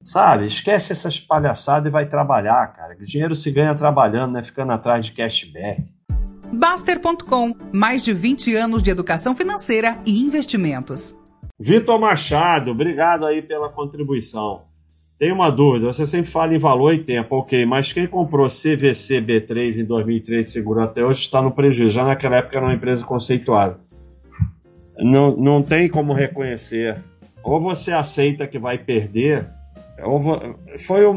Sabe? Esquece essas palhaçadas e vai trabalhar, cara. Dinheiro se ganha trabalhando, né? Ficando atrás de cashback. Baster.com, mais de 20 anos de educação financeira e investimentos. Vitor Machado, obrigado aí pela contribuição. Tem uma dúvida, você sempre fala em valor e tempo, ok, mas quem comprou CVC B3 em 2003 e segurou até hoje está no prejuízo, já naquela época era uma empresa conceituada. Não tem como reconhecer, ou você aceita que vai perder, foi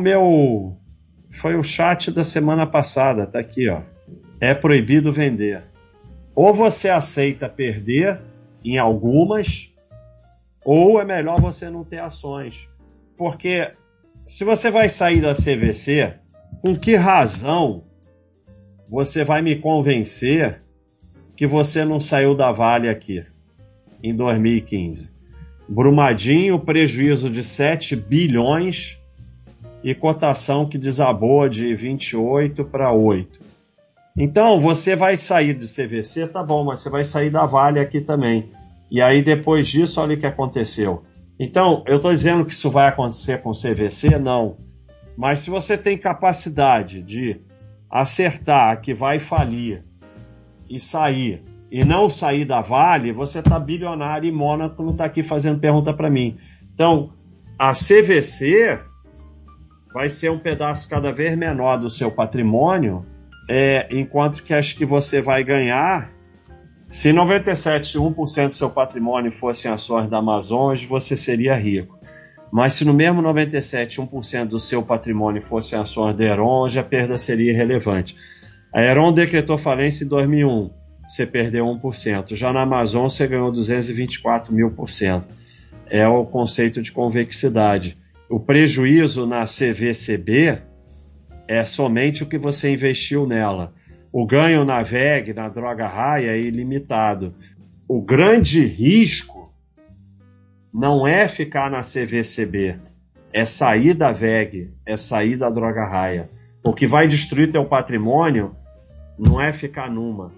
o chat da semana passada, tá aqui, ó, é proibido vender. Ou você aceita perder em algumas, ou é melhor você não ter ações, porque se você vai sair da CVC, com que razão você vai me convencer que você não saiu da Vale aqui, em 2015? Brumadinho, prejuízo de 7 bilhões e cotação que desabou de 28 para 8. Então, você vai sair de CVC, tá bom, mas você vai sair da Vale aqui também. E aí, depois disso, olha o que aconteceu. Então, eu estou dizendo que isso vai acontecer com o CVC? Não. Mas se você tem capacidade de acertar que vai falir e sair, e não sair da Vale, você está bilionário e Mônaco não está aqui fazendo pergunta para mim. Então, a CVC vai ser um pedaço cada vez menor do seu patrimônio, enquanto que acho que você vai ganhar. Se 97,1% do seu patrimônio fossem ações da Amazon, hoje você seria rico. Mas se no mesmo 97,1% do seu patrimônio fossem ações da Heron, hoje a perda seria irrelevante. A Heron decretou falência em 2001, você perdeu 1%. Já na Amazon você ganhou 224.000%. É o conceito de convexidade. O prejuízo na CVCB é somente o que você investiu nela. O ganho na VEG, na droga raia, é ilimitado. O grande risco não é ficar na CVCB, é sair da VEG, é sair da droga raia. O que vai destruir teu patrimônio não é ficar numa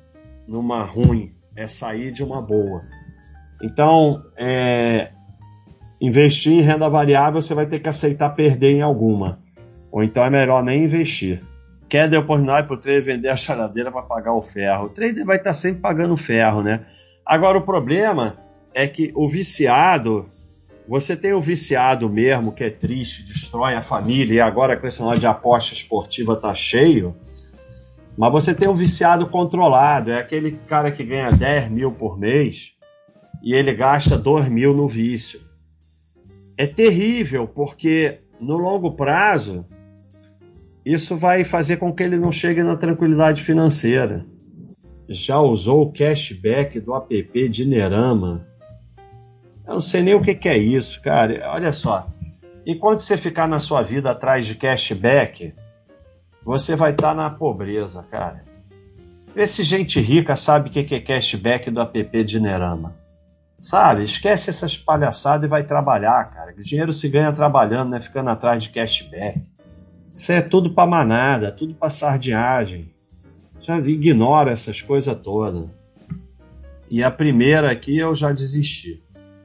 ruim, é sair de uma boa. Então, investir em renda variável, você vai ter que aceitar perder em alguma. Ou então é melhor nem investir. Quer dar oportunidade para o trader vender a charadeira para pagar o ferro. O trader vai estar sempre pagando ferro, né? Agora, o problema é que o viciado, você tem o viciado mesmo, que é triste, destrói a família, e agora com esse negócio de aposta esportiva tá cheio, mas você tem um viciado controlado, é aquele cara que ganha 10 mil por mês e ele gasta 2 mil no vício. É terrível, porque no longo prazo isso vai fazer com que ele não chegue na tranquilidade financeira. Já usou o cashback do app Dinerama? Eu não sei nem o que é isso, cara. Olha só. Enquanto você ficar na sua vida atrás de cashback, você vai estar na pobreza, cara. Vê se gente rica sabe o que é cashback do app Dinerama. Sabe? Esquece essas palhaçadas e vai trabalhar, cara. Dinheiro se ganha trabalhando, né? Ficando atrás de cashback. Isso é tudo para manada, tudo para sardinhagem. Já ignora essas coisas todas. E a primeira aqui eu já desisti.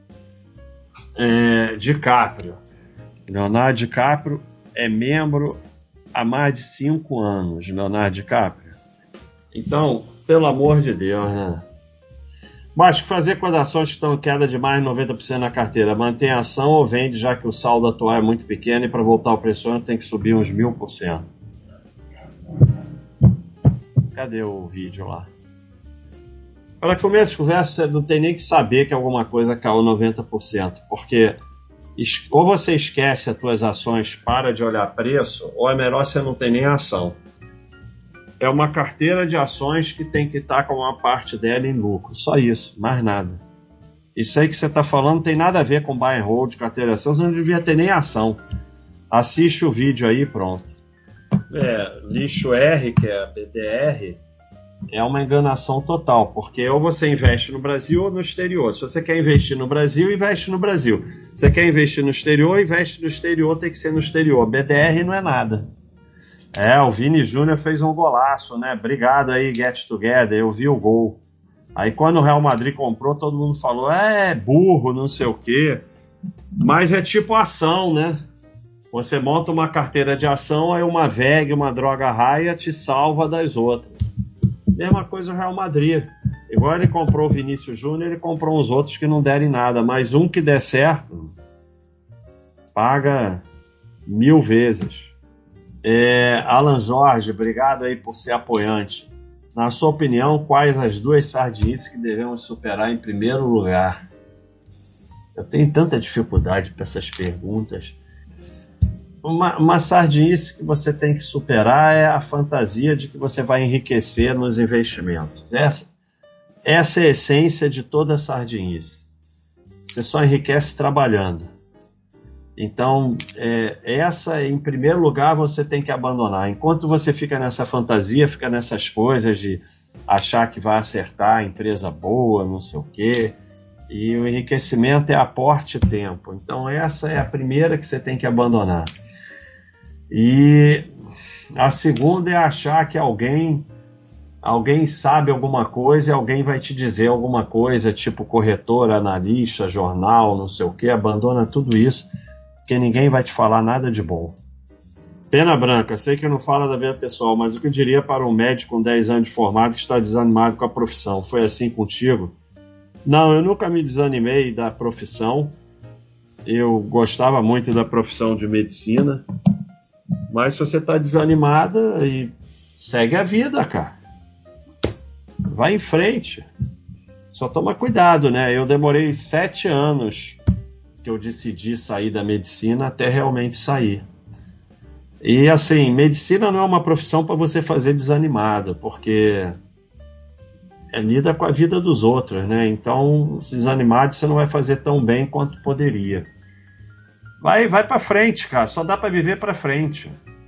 DiCaprio. Leonardo DiCaprio é membro há mais de 5 anos. Leonardo DiCaprio. Então, pelo amor de Deus, né? Mas fazer com as ações que estão em queda de mais de 90% na carteira? Mantém a ação ou vende, já que o saldo atual é muito pequeno e para voltar ao preço tem que subir uns 1000%? Cadê o vídeo lá? Para começo de conversa, você não tem nem que saber que alguma coisa caiu 90%, porque ou você esquece as suas ações, para de olhar preço, ou é melhor você não ter nem ação. É uma carteira de ações que tem que estar com uma parte dela em lucro. Só isso, mais nada. Isso aí que você está falando não tem nada a ver com buy and hold, carteira de ação, você não devia ter nem ação. Assiste o vídeo aí, pronto. Lixo R, que é a BDR, é uma enganação total, porque ou você investe no Brasil ou no exterior. Se você quer investir no Brasil, investe no Brasil. Se você quer investir no exterior, investe no exterior, tem que ser no exterior. BDR não é nada. O Vini Júnior fez um golaço, né? Obrigado aí, Get Together, eu vi o gol. Aí quando o Real Madrid comprou, todo mundo falou, burro, não sei o quê. Mas é tipo ação, né? Você monta uma carteira de ação, aí uma VEG, uma droga raia te salva das outras. Mesma coisa o Real Madrid. Igual ele comprou o Vinícius Júnior, ele comprou uns outros que não derem nada, mas um que der certo, paga 1000 vezes. Alan Jorge, obrigado aí por ser apoiante. Na sua opinião, quais as 2 sardinices que devemos superar em primeiro lugar? Eu tenho tanta dificuldade para essas perguntas. Uma sardinice que você tem que superar é a fantasia de que você vai enriquecer nos investimentos. Essa é a essência de toda sardinice. Você só enriquece trabalhando. Então, essa, em primeiro lugar, você tem que abandonar. Enquanto você fica nessa fantasia, fica nessas coisas de achar que vai acertar empresa boa, não sei o quê, e o enriquecimento é aporte e tempo. Então, essa é a primeira que você tem que abandonar. E a segunda é achar que alguém sabe alguma coisa e alguém vai te dizer alguma coisa, tipo corretor, analista, jornal, não sei o quê. Abandona tudo isso, porque ninguém vai te falar nada de bom. Pena branca, sei que não fala da vida pessoal, mas o que eu diria para um médico com 10 anos de formado que está desanimado com a profissão? Foi assim contigo? Não, eu nunca me desanimei da profissão. Eu gostava muito da profissão de medicina. Mas se você está desanimada, e segue a vida, cara. Vai em frente. Só toma cuidado, né? Eu demorei 7 anos que eu decidi sair da medicina até realmente sair. E assim, medicina não é uma profissão para você fazer desanimado, porque lida com a vida dos outros, né? Então, se desanimado, você não vai fazer tão bem quanto poderia. Vai para frente, cara. Só dá para viver para frente.